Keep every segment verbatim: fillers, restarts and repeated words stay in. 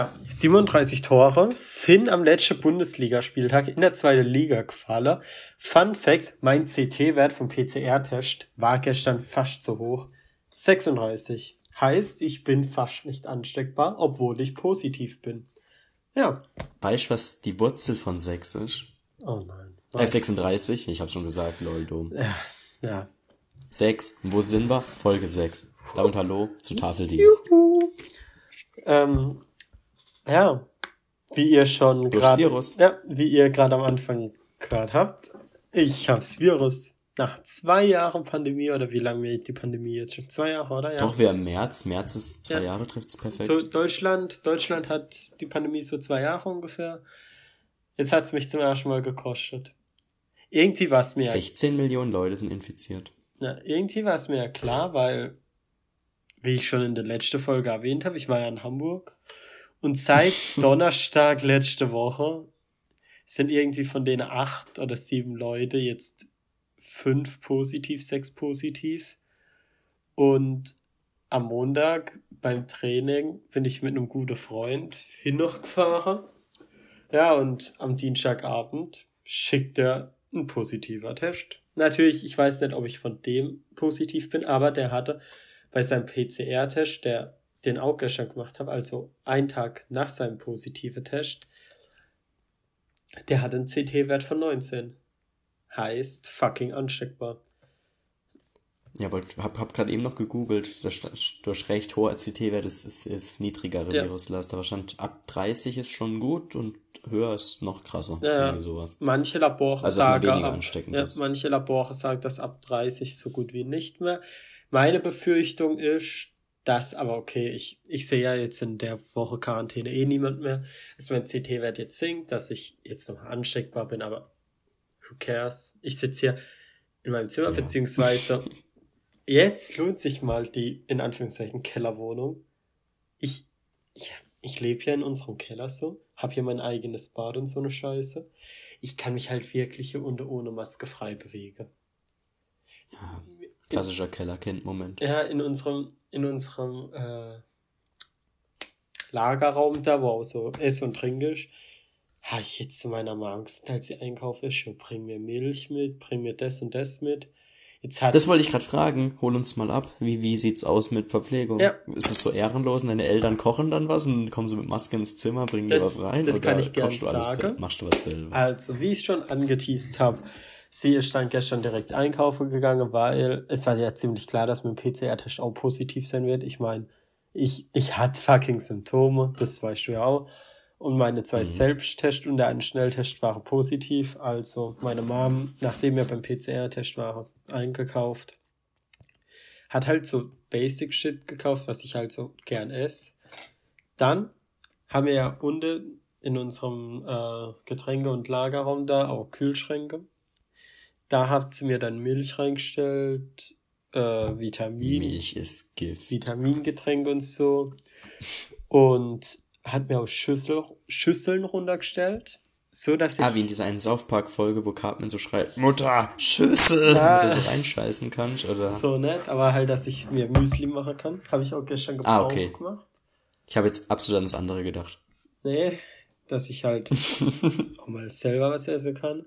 siebenunddreißig Tore sind am letzten Bundesligaspieltag in der zweiten Liga gefallen. Fun Fact, mein C T-Wert vom P C R-Test war gestern fast so hoch. sechsunddreißig. Heißt, ich bin fast nicht ansteckbar, obwohl ich positiv bin. Ja. Weißt du, was die Wurzel von sechs ist? Oh nein. Äh, sechsunddreißig, ich hab's schon gesagt, lol, dumm. Ja, ja. sechs, wo sind wir? Folge sechs. Da und hallo zu Tafeldienst. Juhu. Ähm, ja, wie ihr schon gerade, ja, wie ihr gerade am Anfang gehört habt, ich hab's Virus. Nach zwei Jahren Pandemie, oder wie lange wählt die Pandemie jetzt schon? Zwei Jahre, oder? Ja. Doch, wir im März. März ist zwei ja. Jahre, trifft's perfekt. So, Deutschland, Deutschland hat die Pandemie so zwei Jahre ungefähr. Jetzt hat's mich zum ersten Mal gekostet. Irgendwie war es mir... sechzehn Millionen Leute sind infiziert. Na, irgendwie war es mir ja klar, weil, wie ich schon in der letzten Folge erwähnt habe, ich war ja in Hamburg. Und seit Donnerstag letzte Woche sind irgendwie von denen acht oder sieben Leute jetzt fünf positiv, sechs positiv. Und am Montag beim Training bin ich mit einem guten Freund hin noch gefahren. Ja, und am Dienstagabend schickt er ein positiver Test. Natürlich, ich weiß nicht, ob ich von dem positiv bin, aber der hatte bei seinem P C R-Test, der den auch gestern gemacht habe, also einen Tag nach seinem positiven Test, der hat einen C T-Wert von neunzehn. Heißt fucking ansteckbar. Ja, aber hab, hab gerade eben noch gegoogelt, das, du hast recht, hoher C T-Wert ist, ist, ist niedrigere ja. Viruslast, aber stand ab dreißig ist schon gut und höher ist noch krasser. Ja, sowas. Manche Labore also, sagen, weniger ab, ansteckend ja, ist. manche Labore sagen, dass ab dreißig so gut wie nicht mehr. Meine Befürchtung ist, dass, aber okay, ich, ich sehe ja jetzt in der Woche Quarantäne eh niemand mehr, dass mein C T-Wert jetzt sinkt, dass ich jetzt noch ansteckbar bin, aber who cares? Ich sitze hier in meinem Zimmer, ja. beziehungsweise jetzt lohnt sich mal die, in Anführungszeichen, Kellerwohnung. Ich, ich, ich lebe ja in unserem Keller so, habe hier mein eigenes Bad und so eine Scheiße. Ich kann mich halt wirklich hier unter ohne Maske frei bewegen. Ja, klassischer Kellerkind-Moment. Ja, in unserem, in unserem äh, Lagerraum da, wo auch so Ess- und Trink ist, habe ich jetzt zu meiner Mama Angst, als sie einkauft ist, schon, bring mir Milch mit, bring mir das und das mit. Jetzt hat das wollte ich gerade fragen, hol uns mal ab. Wie, wie sieht's aus mit Verpflegung? Ja. Ist es so ehrenlos und deine Eltern kochen dann was und kommen so mit Maske ins Zimmer, bringen dir was rein? Das oder kann ich gerne sagen. Alles, machst du was selber? Also, wie ich schon angeteased habe, sie ist dann gestern direkt einkaufen gegangen, weil es war ja ziemlich klar, dass mein P C R-Test auch positiv sein wird. Ich meine, ich, ich hatte fucking Symptome, das weißt du ja auch. Und meine zwei mhm. Selbsttests und der eine Schnelltest waren positiv. Also meine Mom, nachdem wir beim P C R-Test waren, eingekauft. Hat halt so Basic-Shit gekauft, was ich halt so gern esse. Dann haben wir ja unten in unserem äh, Getränke- und Lagerraum da auch Kühlschränke. Da hat sie mir dann Milch reingestellt, äh, Vitamin. Milch ist Gift. Vitamingetränke und so. Und hat mir auch Schüssel, Schüsseln runtergestellt, so dass ich... Ah, wie in dieser einen South Park-Folge, wo Cartman so schreit, Mutter, Schüssel, ah, damit du so reinscheißen kannst, oder? So nett, aber halt, dass ich mir Müsli machen kann. Habe ich auch gestern gebraucht ah, okay. gemacht. Ich habe jetzt absolut an das andere gedacht. Nee, dass ich halt auch mal selber was essen kann.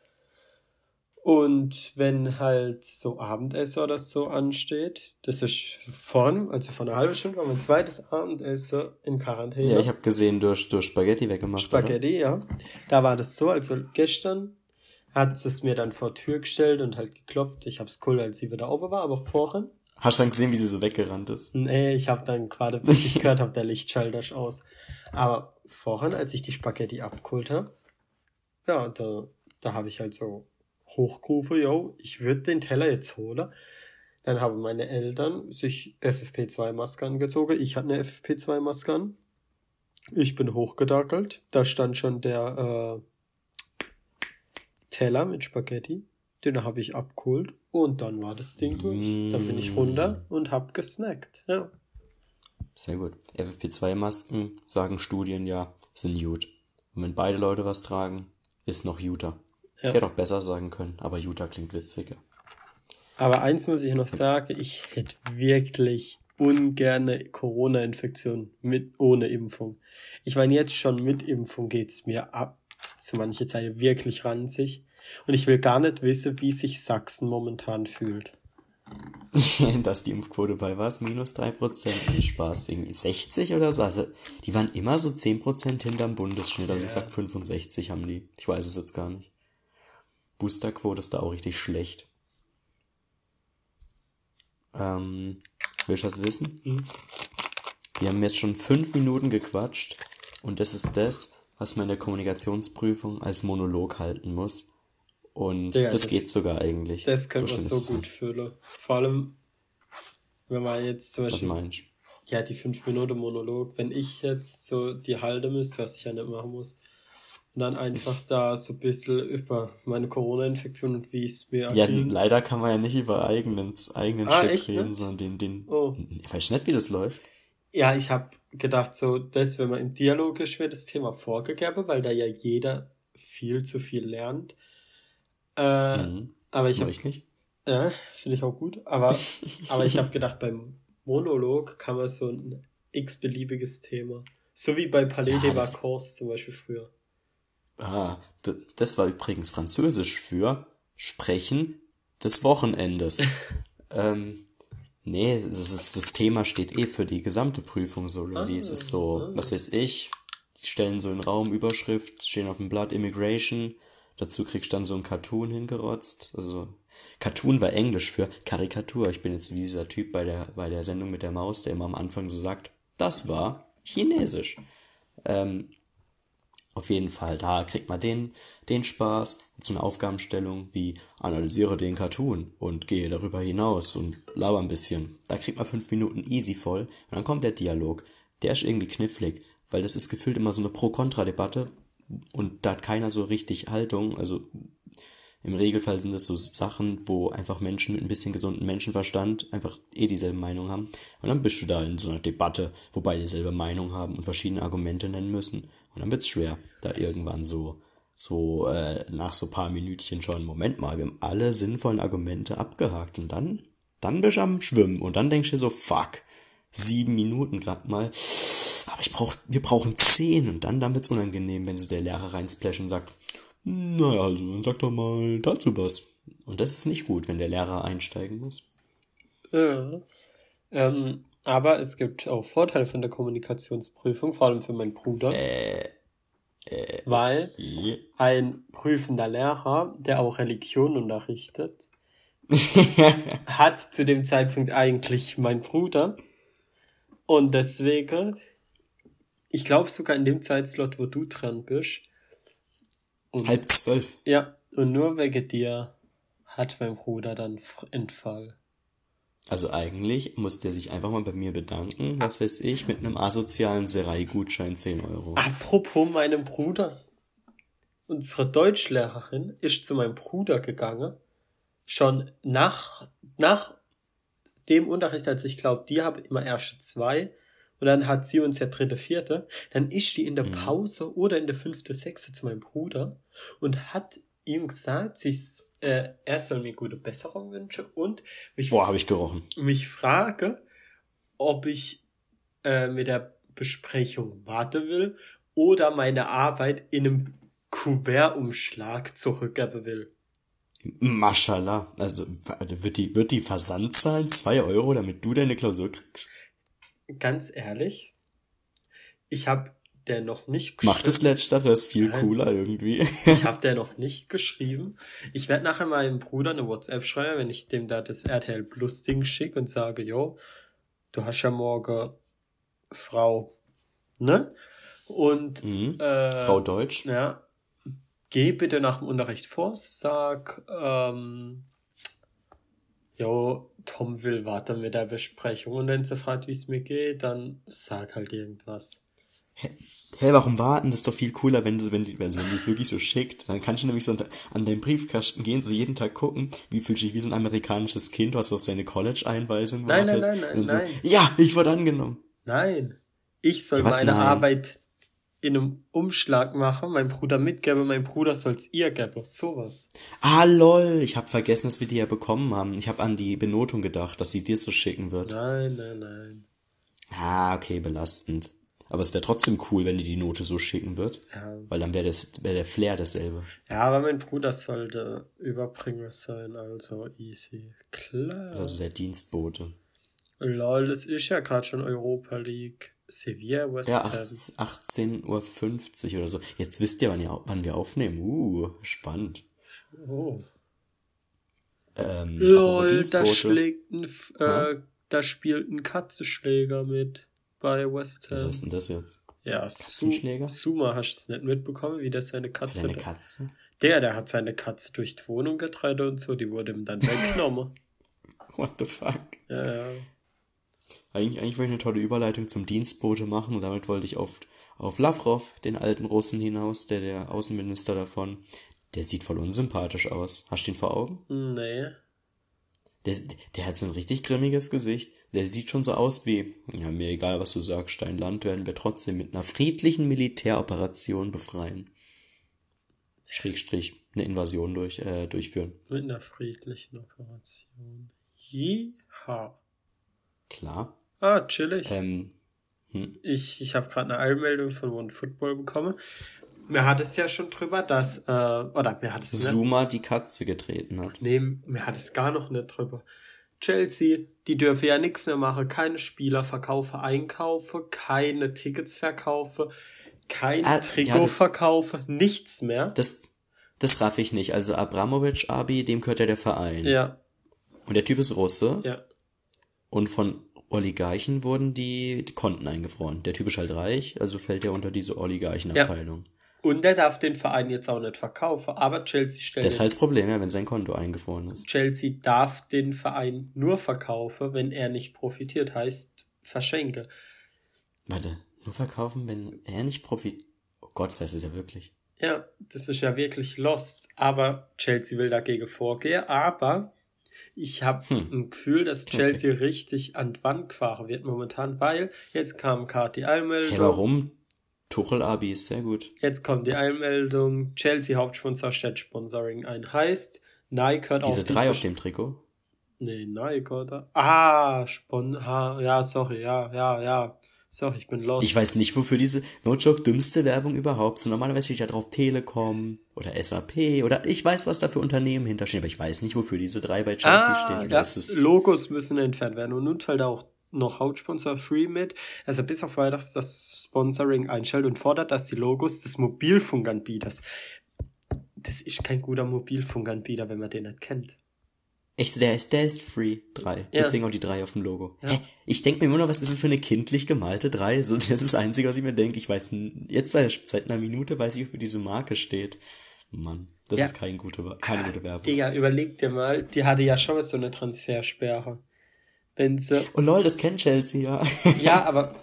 Und wenn halt so Abendessen oder so ansteht, das ist vorhin, also vor einer halben Stunde, war mein zweites Abendessen in Quarantäne. Ja, ich habe gesehen, du hast, du hast Spaghetti weggemacht, Spaghetti, oder? ja. Da war das so, also gestern hat sie es mir dann vor Tür gestellt und halt geklopft. Ich hab's cool, als sie wieder oben war, aber vorhin... Hast du dann gesehen, wie sie so weggerannt ist? Nee, ich habe dann gerade, bis ich gehört habe, der Lichtschalter ist aus. Aber vorhin, als ich die Spaghetti abgeholt habe, ja, da, da habe ich halt so hochgerufen, yo, ich würde den Teller jetzt holen. Dann haben meine Eltern sich F F P zwei Maske angezogen. Ich hatte eine F F P zwei Maske an. Ich bin hochgedackelt. Da stand schon der äh, Teller mit Spaghetti. Den habe ich abgeholt. Und dann war das Ding durch. Mm. Dann bin ich runter und habe gesnackt. Ja. Sehr gut. F F P zwei Masken, sagen Studien ja, sind gut. Und wenn beide Leute was tragen, ist noch guter. Ja. Ich hätte auch besser sagen können, aber Utah klingt witziger. Aber eins muss ich noch sagen, ich hätte wirklich ungerne Corona-Infektion mit ohne Impfung. Ich meine, jetzt schon mit Impfung geht's mir ab zu mancher Zeit wirklich ranzig. Und ich will gar nicht wissen, wie sich Sachsen momentan fühlt. Dass die Impfquote bei was? Minus drei Prozent. Spaß. Irgendwie sechzig oder so. Also, die waren immer so zehn Prozent hinterm Bundesschnitt. Also, ich sag fünfundsechzig haben die. Ich weiß es jetzt gar nicht. Boosterquote ist da auch richtig schlecht. Ähm, willst du das wissen? Mhm. Wir haben jetzt schon fünf Minuten gequatscht. Und das ist das, was man in der Kommunikationsprüfung als Monolog halten muss. Und ja, das, das geht sogar eigentlich. Das könnte man so gut fühlen. Vor allem, wenn man jetzt zum Beispiel... Was meinst du? Ja, die fünf Minuten Monolog. Wenn ich jetzt so die halten müsste, was ich ja nicht machen muss, und dann einfach da so ein bisschen über meine Corona-Infektion und wie es mir Ja, ging. Leider kann man ja nicht über eigenen, eigenen ah, Shit echt, reden, ne? sondern den... den oh. Ich weiß nicht, wie das läuft. Ja, ich habe gedacht, so, das, wenn man im Dialog ist, wird das Thema vorgegeben, weil da ja jeder viel zu viel lernt. Äh, mhm. Aber ich habe nicht. Ja, finde ich auch gut. Aber, aber ich habe gedacht, beim Monolog kann man so ein x-beliebiges Thema. So wie bei Palais ja, des Vacances zum Beispiel früher. Ah, d- das war übrigens Französisch für Sprechen des Wochenendes. ähm, nee, das, ist, das Thema steht eh für die gesamte Prüfung so ready. Ah, es ist so, ah. was weiß ich, die stellen so einen Raum, Überschrift, stehen auf dem Blatt Immigration. Dazu kriegst du dann so ein Cartoon hingerotzt. Also, Cartoon war Englisch für Karikatur. Ich bin jetzt wie dieser Typ bei der, bei der Sendung mit der Maus, der immer am Anfang so sagt, das war Chinesisch. Ähm, auf jeden Fall, da kriegt man den, den Spaß. So eine Aufgabenstellung wie, analysiere den Cartoon und gehe darüber hinaus und laber ein bisschen. Da kriegt man fünf Minuten easy voll. Und dann kommt der Dialog. Der ist irgendwie knifflig, weil das ist gefühlt immer so eine Pro-Kontra-Debatte. Und da hat keiner so richtig Haltung, also im Regelfall sind das so Sachen, wo einfach Menschen mit ein bisschen gesunden Menschenverstand einfach eh dieselbe Meinung haben. Und dann bist du da in so einer Debatte, wo beide dieselbe Meinung haben und verschiedene Argumente nennen müssen. Und dann wird's schwer, da irgendwann so, so äh, nach so paar Minütchen schon, Moment mal, wir haben alle sinnvollen Argumente abgehakt. Und dann, dann bist du am Schwimmen. Und dann denkst du dir so, fuck, sieben Minuten grad mal. Aber ich brauch, wir brauchen zehn. Und dann, dann wird's unangenehm, wenn sie der Lehrer reinsplasht und sagt, naja, also, dann sag doch mal dazu was. Und das ist nicht gut, wenn der Lehrer einsteigen muss. Ja. Ähm, aber es gibt auch Vorteile von der Kommunikationsprüfung, vor allem für meinen Bruder. Äh, äh, weil okay. Ein prüfender Lehrer, der auch Religion unterrichtet, hat zu dem Zeitpunkt eigentlich mein Bruder. Und deswegen, ich glaube sogar in dem Zeitslot, wo du dran bist, und, halb zwölf. Ja, und nur wegen dir hat mein Bruder dann Entfall. Also eigentlich muss der sich einfach mal bei mir bedanken, was weiß ich, mit einem asozialen Serai-Gutschein zehn Euro. Apropos meinem Bruder. Unsere Deutschlehrerin ist zu meinem Bruder gegangen, schon nach, nach dem Unterricht, also ich glaube, die haben immer erste zwei, und dann hat sie uns ja dritte, vierte. Dann ist die in der Pause mhm. oder in der fünfte, sechste zu meinem Bruder und hat ihm gesagt, sie, äh, er soll mir gute Besserung wünschen und mich, Boah, habe ich gerochen. mich frage, ob ich äh, mit der Besprechung warten will oder meine Arbeit in einem Kuvertumschlag zurückgeben will. Maschallah. Also wird die, wird die Versand zahlen? zwei Euro, damit du deine Klausur kriegst? Ganz ehrlich, ich habe der noch nicht geschrieben. Macht das Letztere, ist viel Nein, cooler irgendwie. Ich habe der noch nicht geschrieben. Ich werde nachher meinem Bruder eine WhatsApp schreiben, wenn ich dem da das R T L Plus Ding schicke und sage, jo, du hast ja morgen Frau, ne? Und mhm. äh, Frau Deutsch. Ja. Geh bitte nach dem Unterricht vor, sag, ähm, jo, Tom will warten mit der Besprechung. Und wenn sie fragt, wie es mir geht, dann sag halt irgendwas. Hä, hey, warum warten? Das ist doch viel cooler, wenn du, wenn die, also wenn die es wirklich so schickt. Dann kannst du nämlich so an deinen Briefkasten gehen, so jeden Tag gucken, wie fühlst du dich wie so ein amerikanisches Kind, was auf seine College-Einweisung wartet. Nein, nein, nein, nein, so, nein. Ja, ich wurde angenommen. Nein, ich soll ja, meine nein? Arbeit in einem Umschlag machen, mein Bruder mitgebe, mein Bruder soll's ihr geben. Sowas. Ah, lol, ich hab vergessen, dass wir die ja bekommen haben. Ich hab an die Benotung gedacht, dass sie dir so schicken wird. Nein, nein, nein. Ah, okay, belastend. Aber es wäre trotzdem cool, wenn die die Note so schicken wird. Ja. Weil dann wäre das, wär der Flair dasselbe. Ja, aber mein Bruder sollte Überbringer sein, also easy. Klar. Also der Dienstbote. Lol, das ist ja gerade schon Europa League. Sevilla, West Ja, Ham. achtzehn Uhr fünfzig oder so. Jetzt wisst ihr, wann, ihr, wann wir aufnehmen. Uh, spannend. Oh. Ähm, Lol, da schlägt ein, F- äh, da spielt ein Katzenschläger mit bei West Ham. Was heißt denn das jetzt? Ja, Katzenschläger? Su- Suma, hast du es nicht mitbekommen, wie der seine Katze... Hat er eine Katze? Der, der hat seine Katze durch die Wohnung getragen und so, die wurde ihm dann weggenommen. What the fuck? Ja, ja. Eigentlich, eigentlich wollte ich eine tolle Überleitung zum Dienstbote machen und damit wollte ich auf, auf Lavrov, den alten Russen, hinaus, der der Außenminister davon. Der sieht voll unsympathisch aus. Hast du ihn vor Augen? Nee. Der, der hat so ein richtig grimmiges Gesicht. Der sieht schon so aus wie, ja, mir egal, was du sagst, dein Land werden wir trotzdem mit einer friedlichen Militäroperation befreien. Schrägstrich, eine Invasion durch, äh, durchführen. Mit einer friedlichen Operation. Jeha. Klar. Ah, chillig. Ähm, hm. Ich, ich habe gerade eine Eilmeldung von OneFootball bekommen. Mir hat es ja schon drüber, dass, äh, oder mir hat es Zuma die Katze getreten hat. Nee, mir hat es gar noch nicht drüber. Chelsea, die dürfen ja nichts mehr machen. Keine Spieler verkaufen, einkaufen, keine Tickets verkaufen, kein Ah, Trikot ja, das- verkaufen, nichts mehr. Das, das raff ich nicht. Also Abramovic, Abi, dem gehört ja der Verein. Ja, Und der Typ ist Russe. ja. Und von Oligarchen wurden die, die Konten eingefroren. Der Typ ist halt reich, also fällt er unter diese Oligarchenabteilung. Und der darf den Verein jetzt auch nicht verkaufen, aber Chelsea stellt Das ist halt das Problem, ja, wenn sein Konto eingefroren ist. Chelsea darf den Verein nur verkaufen, wenn er nicht profitiert, heißt verschenke. Warte, nur verkaufen, wenn er nicht profitiert. Oh Gott, das heißt es ja wirklich. Ja, das ist ja wirklich lost, aber Chelsea will dagegen vorgehen, aber ich habe Hm. ein Gefühl, dass Chelsea richtig an die Wand gefahren wird momentan, weil jetzt kam gerade die Einmeldung. Hey, warum? Tuchel Abi ist sehr gut. Jetzt kommt die Einmeldung, Chelsea Hauptsponsor stellt Sponsoring ein. Heißt, Nike hört Diese auf die drei zu- auf dem Trikot. Nee, Nike, oder? Ah, Spon... Ha, ja, sorry, ja, ja, ja. Sorry, ich bin lost. Ich weiß nicht, wofür diese, no joke, dümmste Werbung überhaupt. So normalerweise steht ja drauf Telekom oder S A P oder ich weiß, was da für Unternehmen hinterstehen, aber ich weiß nicht, wofür diese drei bei Chelsea ah, stehen. Oder ja, ist es Logos müssen entfernt werden. Und nun teilt auch noch Hauptsponsor Free mit. Also bis auf weiteres das Sponsoring einstellt und fordert, dass die Logos des Mobilfunkanbieters... Das ist kein guter Mobilfunkanbieter, wenn man den nicht kennt. echt, der ist, der ist free. Drei. Ja. Deswegen auch die drei auf dem Logo. Ja. Hä? Ich denke mir immer noch, was ist es für eine kindlich gemalte drei? So, das ist das Einzige, was ich mir denke. Ich weiß, n- jetzt weiß ich, seit einer Minute weiß ich, wofür diese Marke steht. Mann, das Ja. ist keine gute, keine gute Werbung. Digga, überleg dir mal, die hatte ja schon mal so eine Transfersperre. Wenn sie... Oh lol, das kennt Chelsea, ja. Ja, aber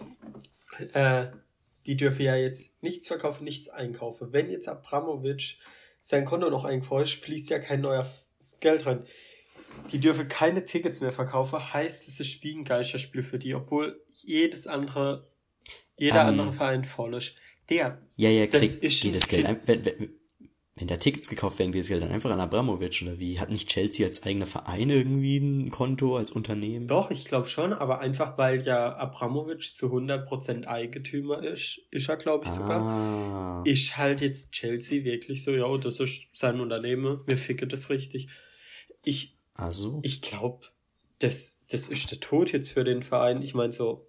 äh, die dürfen ja jetzt nichts verkaufen, nichts einkaufen. Wenn jetzt Abramovic sein Konto noch eingefroren fließt ja kein neuer Geld rein. Die dürfen keine Tickets mehr verkaufen, heißt, es ist wie ein Geisterspiel für die, obwohl jedes andere, jeder Ähm. andere Verein voll ist. Der, Ja, ja, Das kriegt, ist geht ein das Geld, Kind. ein, wenn, wenn, wenn da Tickets gekauft werden, geht das Geld dann einfach an Abramovic oder wie? Hat nicht Chelsea als eigener Verein irgendwie ein Konto, als Unternehmen? doch, ich glaube schon, aber einfach, weil ja Abramovic zu hundert Prozent Eigentümer ist, ist er, glaube ich, sogar. Ah. Ist halt jetzt Chelsea wirklich so, ja, das ist sein Unternehmen, wir ficken das richtig. Ich, Also? ich glaube, das, das ist der Tod jetzt für den Verein. Ich meine so,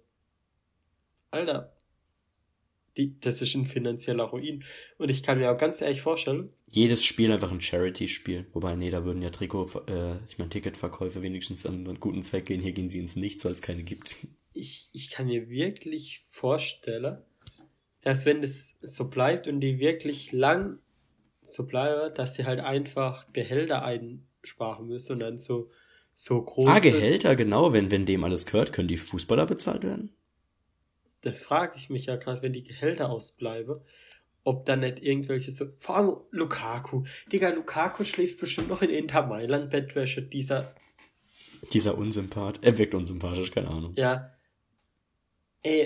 Alter, die, das ist ein finanzieller Ruin. Und ich kann mir auch ganz ehrlich vorstellen, Jedes Spiel einfach ein Charity-Spiel. Wobei, nee, da würden ja Trikot, äh, ich meine, Ticketverkäufe wenigstens an einen guten Zweck gehen. Hier gehen sie ins Nichts, weil es keine gibt. ich, ich kann mir wirklich vorstellen, dass wenn das so bleibt und die wirklich lang so bleiben, dass sie halt einfach Gehälter einsparen müssen und dann so, so große... Ah, Gehälter, genau. Wenn, wenn dem alles gehört, können die Fußballer bezahlt werden? Das frage ich mich ja gerade, wenn die Gehälter ausbleiben, ob dann nicht irgendwelche so... Vor allem Lukaku. Digga, Lukaku schläft bestimmt noch in Inter Mailand Bettwäsche. Dieser... Dieser Unsympath. Er wirkt unsympathisch, keine Ahnung. Ja. Ey,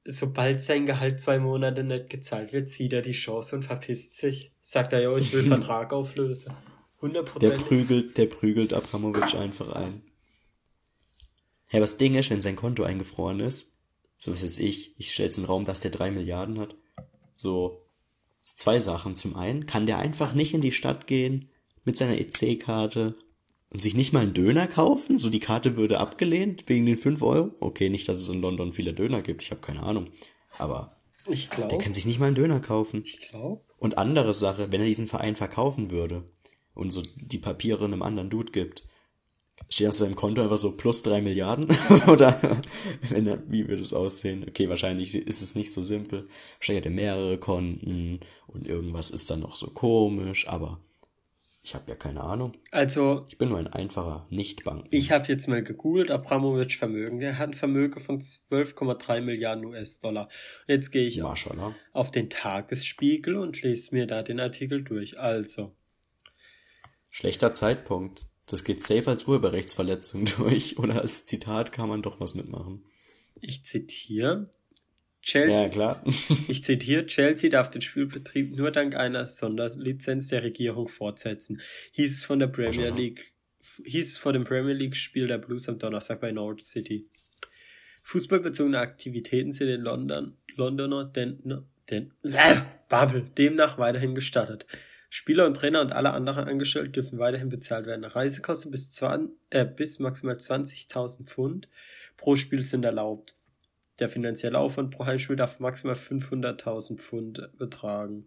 sobald sein Gehalt zwei Monate nicht gezahlt wird, sieht er die Chance und verpisst sich. Sagt er, ja, ich will Vertrag auflösen. hundert Prozent. Der prügelt, der prügelt Abramovic einfach ein. Ja, das Ding ist, wenn sein Konto eingefroren ist, so was ist ich, ich stelle jetzt in den Raum, dass der drei Milliarden hat, so zwei Sachen. Zum einen kann der einfach nicht in die Stadt gehen mit seiner E C-Karte und sich nicht mal einen Döner kaufen, so die Karte würde abgelehnt wegen den fünf Euro. Okay, nicht, dass es in London viele Döner gibt, ich habe keine Ahnung, aber ich glaub, der kann sich nicht mal einen Döner kaufen. Ich glaube. Und andere Sache, wenn er diesen Verein verkaufen würde und so die Papiere einem anderen Dude gibt, steht auf seinem Konto einfach so plus drei Milliarden? Oder wenn er, wie würde es aussehen? Okay, wahrscheinlich ist es nicht so simpel. Wahrscheinlich hat er mehrere Konten und irgendwas ist dann noch so komisch, aber ich habe ja keine Ahnung. Also, ich bin nur ein einfacher Nicht-Bank. Ich habe jetzt mal gegoogelt, Abramovic Vermögen. Der hat ein Vermögen von zwölf Komma drei Milliarden U S-Dollar. Jetzt gehe ich auf, auf den Tagesspiegel und lese mir da den Artikel durch. Also. Schlechter Zeitpunkt. Das geht safe als Urheberrechtsverletzung durch oder als Zitat kann man doch was mitmachen. Ich zitiere. Chelsea, ja, klar. ich zitiere, Chelsea darf den Spielbetrieb nur dank einer Sonderlizenz der Regierung fortsetzen. Hieß es von der Premier League, hieß es vor dem Premier League Spiel der Blues am Donnerstag bei Norwich City. Fußballbezogene Aktivitäten sind in London, Londoner den, den, äh, Bubble, demnach weiterhin gestattet. Spieler und Trainer und alle anderen Angestellten dürfen weiterhin bezahlt werden. Reisekosten bis, zwanzig, äh, bis maximal zwanzigtausend Pfund pro Spiel sind erlaubt. Der finanzielle Aufwand pro Heimspiel darf maximal fünfhunderttausend Pfund betragen.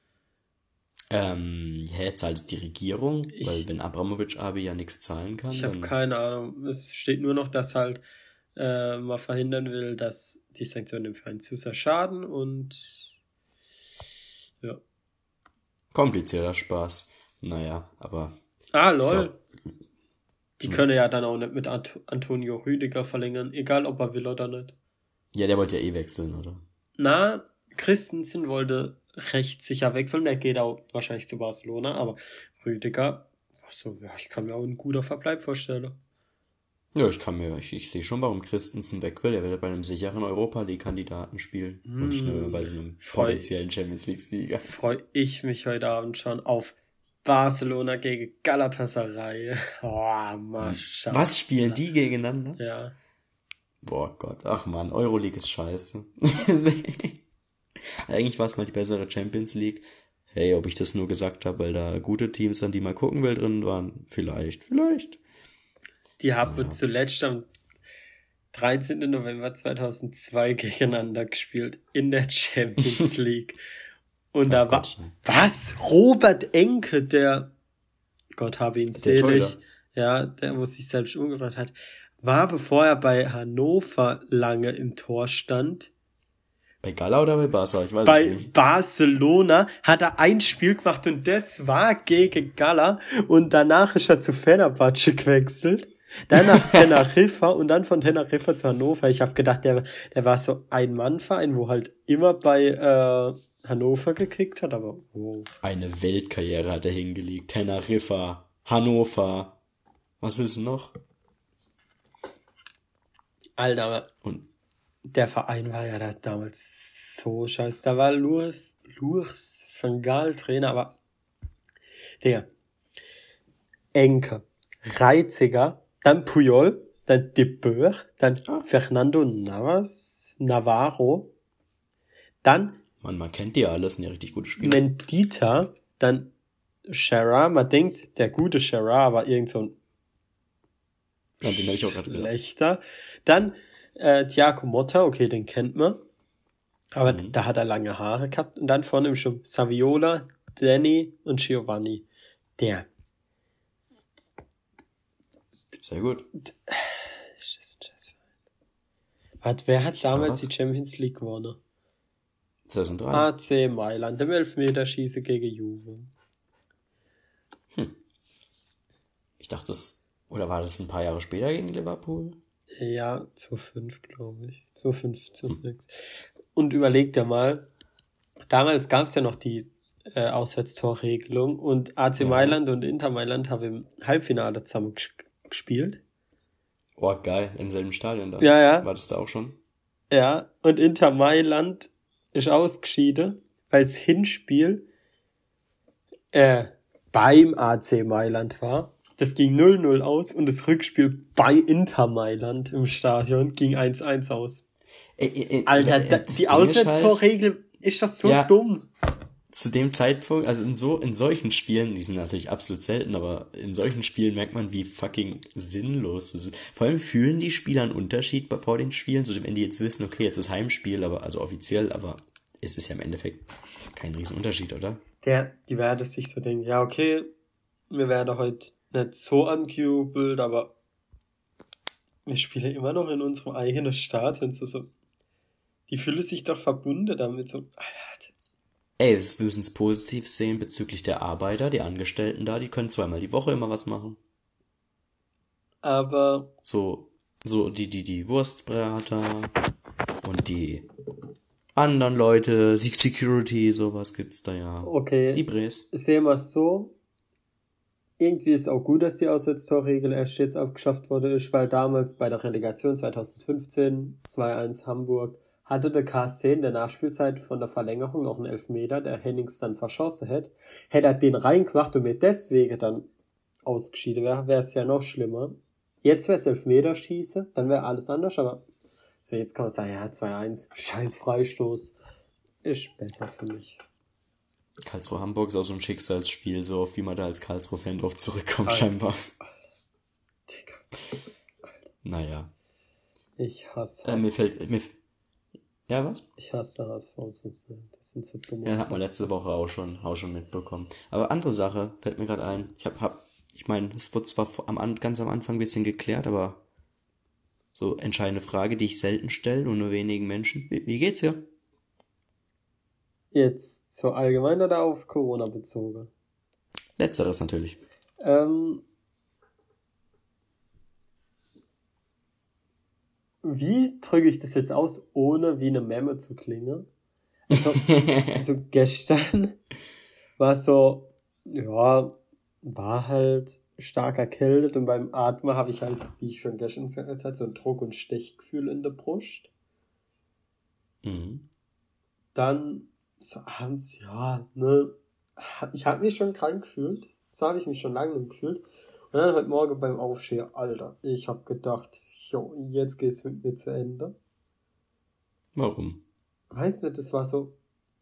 Ähm, hä, zahlt es die Regierung? Ich, Weil wenn Abramovic Abi ja nichts zahlen kann. Ich habe keine Ahnung. Es steht nur noch, dass halt äh, man verhindern will, dass die Sanktionen dem Verein zu sehr schaden und ja. Komplizierter Spaß. Naja, aber... Ah, lol. Glaub, die hm. können ja dann auch nicht mit Ant- Antonio Rüdiger verlängern, egal ob er will oder nicht. Ja, der wollte ja eh wechseln, oder? Na, Christensen wollte recht sicher wechseln, der geht auch wahrscheinlich zu Barcelona, aber Rüdiger, achso, ja, ich kann mir auch einen guten Verbleib vorstellen. Ja, ich kann mir, ich, ich sehe schon, warum Christensen weg will. Er will bei einem sicheren Europa-League-Kandidaten spielen mm, und nicht nur bei so einem freu, potenziellen Champions-League-Sieger. Freue ich mich heute Abend schon auf Barcelona gegen Galatasaray. Oh, Maschallah. Was spielen die gegeneinander? Ja. Boah Gott, ach man, Euroleague ist scheiße. Eigentlich war es mal die bessere Champions League. Hey, ob ich das nur gesagt habe, weil da gute Teams, an die man gucken will, drin waren? Vielleicht, vielleicht. Die haben ja. zuletzt am dreizehnten November zweitausendzwei gegeneinander gespielt in der Champions League. Und ach da war, Gott. was? Robert Enke, der, Gott habe ihn selig, ja, der, wo sich selbst umgebracht hat, war, bevor er bei Hannover lange im Tor stand. Bei Gala oder bei Barca? Ich weiß bei es nicht. Bei Barcelona hat er ein Spiel gemacht und das war gegen Gala und danach ist er zu Fenerbahce gewechselt. Dann nach Teneriffa und dann von Teneriffa zu Hannover. Ich habe gedacht, der, der war so ein Mannverein, wo halt immer bei äh, Hannover gekickt hat, aber wow. Eine Weltkarriere hat er hingelegt. Teneriffa, Hannover. Was willst du noch? Alter, aber und der Verein war ja da damals so scheiße. Da war Louis, Louis van Gaal Trainer, aber der Enke, Reiziger, dann Puyol, dann De Boer, dann ah. Fernando Navas, Navarro, dann Mann, man kennt die alles, sind ja richtig gute Spieler. Mendita, dann Shearer, man denkt, der gute Shearer war irgend so ein ja, den habe ich auch gerade schlechter. Dann äh, Thiago Motta, okay, den kennt man. Aber mhm. da hat er lange Haare gehabt. Und dann vorne schon Saviola, Danny und Giovanni. Der. Sehr gut. Warte, wer hat damals die Champions League gewonnen? zweitausenddrei. A C Mailand, im Elfmeterschießen gegen Juve. Hm. Ich dachte, das... Oder war das ein paar Jahre später gegen Liverpool? Ja, zweitausendfünf, glaube ich. zweitausendfünf, zweitausendsechs. Hm. Und überleg dir mal, damals gab es ja noch die äh, Auswärtstorregelung und A C ja. Mailand und Inter Mailand haben im Halbfinale zusammen ges- gespielt. Oh, geil. Im selben Stadion dann. Ja, ja. War das da auch schon? Ja, und Inter Mailand ist ausgeschieden, weil das Hinspiel äh, beim A C Mailand war. Das ging null null aus und das Rückspiel bei Inter Mailand im Stadion ging eins eins aus. Äh, äh, Alter, äh, da, das die Ding ist halt, Auswärtstorregel ist das so ja, dumm. zu dem Zeitpunkt, also in so, in solchen Spielen, die sind natürlich absolut selten, aber in solchen Spielen merkt man, wie fucking sinnlos das ist. Vor allem fühlen die Spieler einen Unterschied bei- vor den Spielen, so wenn die jetzt wissen, okay, jetzt ist Heimspiel, aber, also offiziell, aber es ist ja im Endeffekt kein riesen Unterschied, oder? Der, die werden sich so denken, ja okay, wir werden heute nicht so angejubelt, aber wir spielen immer noch in unserem eigenen Stadion. So, so. Die fühlen sich doch verbunden damit. So. Ey, wir müssen es positiv sehen bezüglich der Arbeiter, die Angestellten da, die können zweimal die Woche immer was machen. Aber So, so die, die, die Wurstbrater und die anderen Leute, die Security, sowas gibt's da ja. okay, Die Bres. sehen wir es so. Irgendwie ist auch gut, dass die Auswärtstorregel erst jetzt abgeschafft wurde, ist, weil damals bei der Relegation zwanzig fünfzehn zwei eins Hamburg hatte der K S in der Nachspielzeit von der Verlängerung noch einen Elfmeter, der Hennings dann verschossen hätte. Hätte er den reingemacht und mir deswegen dann ausgeschieden wäre, wäre es ja noch schlimmer. Jetzt wäre es Elfmeterschieße, dann wäre alles anders, aber so jetzt kann man sagen, ja, zwei eins, scheiß Freistoß, ist besser für mich. Karlsruhe-Hamburg ist auch so ein Schicksalsspiel, so auf wie man da als Karlsruhe-Fan drauf zurückkommt, Alter. scheinbar. Digga. Naja. Ich hasse. Äh, mir fällt, mir, f- ja, was? Ich hasse H S V so sehr. Das sind so dumme. Ja, hat man letzte Woche auch schon, auch schon mitbekommen. Aber andere Sache fällt mir gerade ein. Ich hab, hab, ich meine, es wurde zwar vor- am, An- ganz am Anfang ein bisschen geklärt, aber so entscheidende Frage, die ich selten stelle und nur wenigen Menschen. Wie, wie geht's dir? Jetzt so allgemein oder auf Corona bezogen? Letzteres natürlich. Ähm, wie drücke ich das jetzt aus, ohne wie eine Memme zu klingen? Also, also gestern war so, ja, war halt stark erkältet und beim Atmen habe ich halt, wie ich schon gestern gesagt habe, so ein Druck- und Stechgefühl in der Brust. Mhm. Dann so abends, ja, ne, ich habe mich schon krank gefühlt. So habe ich mich schon lange nicht gefühlt. Und dann heute Morgen beim Aufstehen, Alter, ich habe gedacht, jo, jetzt geht's mit mir zu Ende. Warum? Weiß nicht, das war so,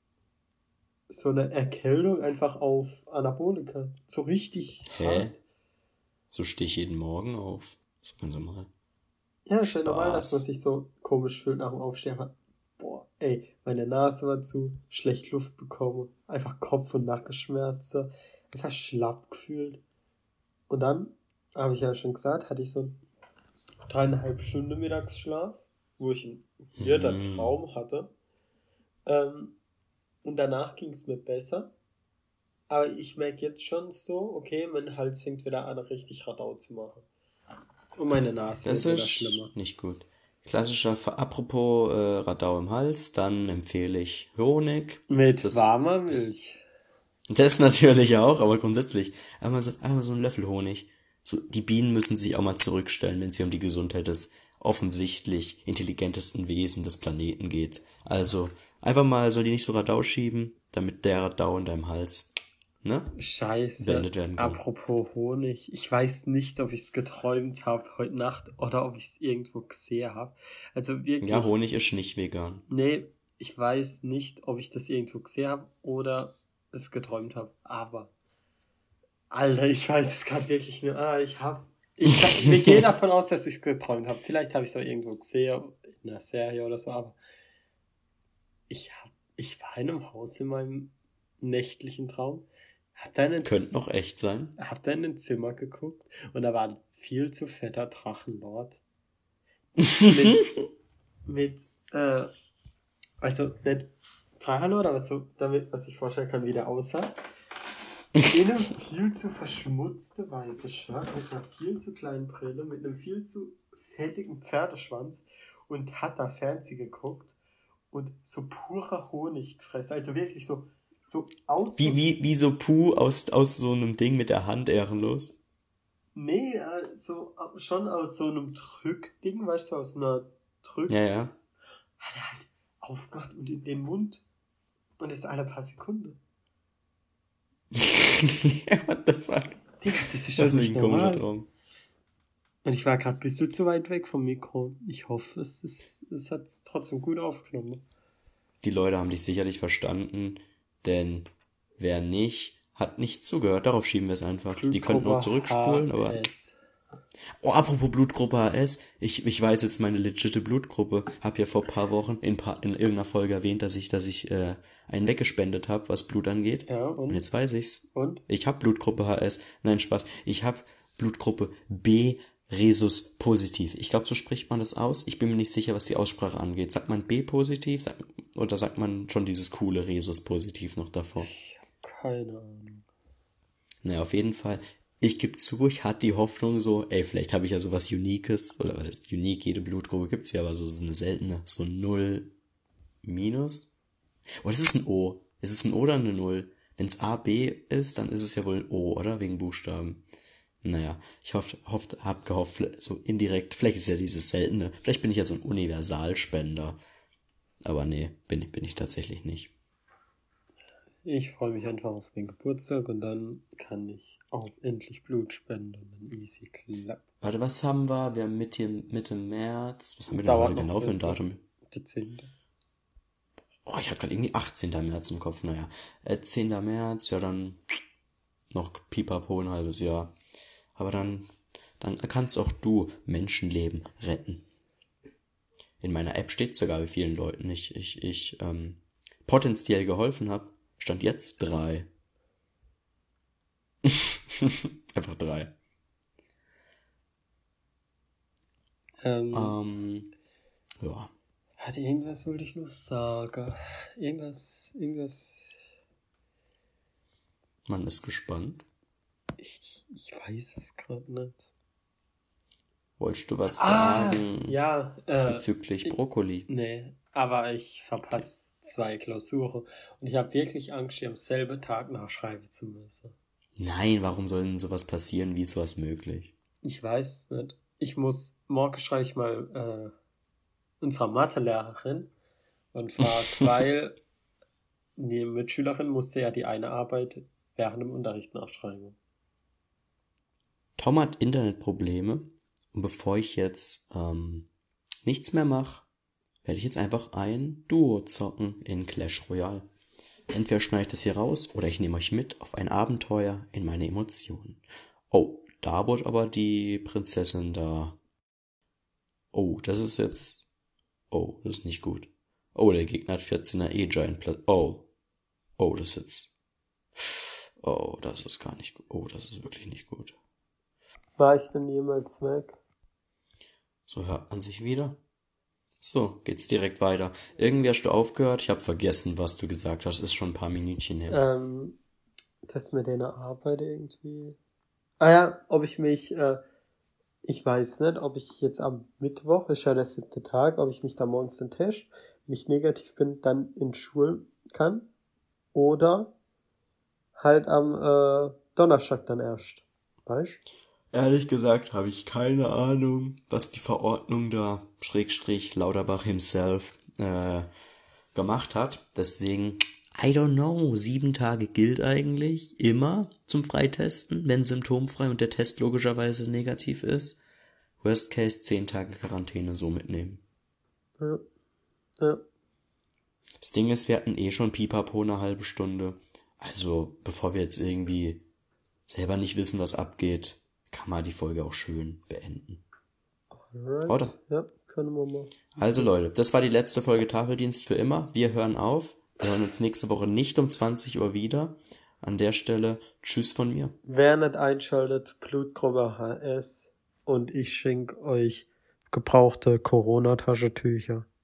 so eine Erkältung einfach auf Anabolika. So richtig Hä? hart. So stehe ich jeden Morgen auf. Das ist ganz normal. Ja, ist ja normal, dass man Spaß. sich so komisch fühlt nach dem Aufstehen. Aber, boah, ey, meine Nase war zu, schlecht Luft bekommen, einfach Kopf- und Nackenschmerzen, einfach schlapp gefühlt. Und dann, habe ich ja schon gesagt, hatte ich so einen dreieinhalb Stunden Mittagsschlaf, wo ich einen weirder Mhm. Traum hatte. Ähm, und danach ging es mir besser. Aber ich merke jetzt schon so, okay, mein Hals fängt wieder an, richtig Radau zu machen. Und meine Nase Das wird wieder ist schlimmer. nicht gut. Klassischer, Ver- apropos äh, Radau im Hals, dann empfehle ich Honig. Mit Das warmer ist, Milch. das natürlich auch, aber grundsätzlich einmal so, einmal so ein Löffel Honig. So, die Bienen müssen sich auch mal zurückstellen, wenn es hier um die Gesundheit des offensichtlich intelligentesten Wesen des Planeten geht. Also einfach mal so die nicht so Radau schieben, damit der Radau in deinem Hals, ne, Scheiße. beendet werden kann. Apropos Honig. Ich weiß nicht, ob ich es geträumt habe heute Nacht oder ob ich es irgendwo gesehen habe. Also wirklich. Ja, Honig ist nicht vegan. Nee, ich weiß nicht, ob ich das irgendwo gesehen habe oder es geträumt habe. Aber, Alter, ich weiß es gerade wirklich nicht. Ah, ich habe. Ich, sag- wir gehen davon aus, dass ich es geträumt habe. Vielleicht habe ich es auch irgendwo gesehen, in einer Serie oder so, aber ich hab, ich war in einem Haus in meinem nächtlichen Traum. Hab da in ein Könnte Z- noch echt sein. hab da in ein Zimmer geguckt und da war ein viel zu fetter Drachenlord. Mit, mit, äh, also nicht Drachenlord, aber so, damit man sich vorstellen kann, wie der aussah. In einem viel zu verschmutzten weißen Shirt, mit einer viel zu kleinen Brille, mit einem viel zu fettigen Pferdeschwanz und hat da Fernsehen geguckt und so purer Honig gefressen. Also wirklich so, so aus. Wie, So, wie, wie so Puh aus, aus so einem Ding mit der Hand ehrenlos. nee, äh, so äh, schon aus so einem Drückding, weißt du, aus einer Drück. Ja, ja. hat er halt aufgemacht und in den Mund. Und das alle paar Sekunden. What the fuck? Digga, das ist Das doch ist nicht ein komischer normal. Traum. Und ich war gerade ein bisschen zu weit weg vom Mikro. Ich hoffe, es, ist, es hat es trotzdem gut aufgenommen. Die Leute haben dich sicherlich verstanden, denn wer nicht, hat nicht zugehört. Darauf schieben wir es einfach. Die könnten auch zurückspulen, aber... H S. Oh, apropos Blutgruppe H S. Ich, ich weiß jetzt meine legitime Blutgruppe. Hab ja vor ein paar Wochen in, paar, in irgendeiner Folge erwähnt, dass ich, dass ich äh, einen weggespendet habe, was Blut angeht. Ja, und? Und jetzt weiß ich's. Und? Ich hab Blutgruppe H S. Nein, Spaß. Ich hab Blutgruppe B Rhesus positiv. Ich glaube, so spricht man das aus. Ich bin mir nicht sicher, was die Aussprache angeht. Sagt man B positiv sagt, oder sagt man schon dieses coole Rhesus positiv noch davor? Ich habe keine Ahnung. Naja, auf jeden Fall. Ich gebe zu, ich hatte die Hoffnung so, ey, vielleicht habe ich ja sowas Uniques, oder was ist unique, jede Blutgruppe gibt's ja, aber so, so eine seltene, so null minus. Oder ist es ein O? Ist es ein O oder eine null? Wenn's A, B ist, dann ist es ja wohl ein O, oder? Wegen Buchstaben. Naja, ich hoffe, hofft, hab gehofft, so indirekt, vielleicht ist ja dieses seltene, vielleicht bin ich ja so ein Universalspender. Aber nee, bin, bin ich tatsächlich nicht. Ich freue mich einfach auf den Geburtstag und dann kann ich auch endlich Blut spenden. Dann easy clap. Warte, was haben wir? Wir haben Mitte, Mitte März. Was haben wir denn Dauert heute noch genau für ein bis Datum? Der zehnte. Oh, ich hatte gerade irgendwie achtzehnten März im Kopf. Naja, äh, zehnten März, ja dann noch pipapo ein halbes Jahr. Aber dann, dann kannst auch du Menschenleben retten. In meiner App steht sogar, wie vielen Leuten ich, ich, ich ähm, potenziell geholfen habe. Stand jetzt drei. Einfach drei. Ähm, Ähm, ja. Hat irgendwas wollte ich noch sagen. Irgendwas, irgendwas. Man ist gespannt. Ich, ich weiß es gerade nicht. Wolltest du was Ah, sagen ja, äh, bezüglich ich- Brokkoli? Nee, aber ich verpasse zwei Klausuren und ich habe wirklich Angst, die am selben Tag nachschreiben zu müssen. Nein, warum soll denn sowas passieren? Wie ist sowas möglich? Ich weiß es nicht. Ich muss, morgen schreibe ich mal äh, unserer Mathelehrerin und frage, weil die Mitschülerin musste ja die eine Arbeit während dem Unterricht nachschreiben. Tom hat Internetprobleme und bevor ich jetzt ähm, nichts mehr mache, werde ich jetzt einfach ein Duo zocken in Clash Royale. Entweder schneide ich das hier raus oder ich nehme euch mit auf ein Abenteuer in meine Emotionen. Oh, da wurde aber die Prinzessin da. Oh, das ist jetzt... Oh, das ist nicht gut. Oh, der Gegner hat vierzehner E-Giant Platz. Oh. Oh, das ist jetzt... Oh, das ist gar nicht gut. Oh, das ist wirklich nicht gut. War ich denn jemals weg? So hört man sich wieder. So, geht's direkt weiter. Irgendwie hast du aufgehört. Ich habe vergessen, was du gesagt hast. Ist schon ein paar Minütchen her. Ähm, das mit der Arbeit irgendwie. Ah ja, ob ich mich, äh, ich weiß nicht, ob ich jetzt am Mittwoch, ist ja der siebte Tag, ob ich mich da morgens den Test, wenn ich negativ bin, dann in Schule kann. Oder halt am äh, Donnerstag dann erst. Weißt? Ehrlich gesagt habe ich keine Ahnung, was die Verordnung da, Schrägstrich Lauterbach himself, äh, gemacht hat. Deswegen, I don't know, sieben Tage gilt eigentlich immer zum Freitesten, wenn symptomfrei und der Test logischerweise negativ ist. Worst Case, zehn Tage Quarantäne so mitnehmen. Ja. Ja. Das Ding ist, wir hatten eh schon Pipapo eine halbe Stunde. Also, bevor wir jetzt irgendwie selber nicht wissen, was abgeht, kann man die Folge auch schön beenden. Alright. Oder? Ja, können wir mal. Also Leute, das war die letzte Folge Tafeldienst für immer. Wir hören auf. Wir hören uns nächste Woche nicht um zwanzig Uhr wieder. An der Stelle, tschüss von mir. Wer nicht einschaltet, Blutgruppe H S und ich schenke euch gebrauchte Corona-Taschentücher.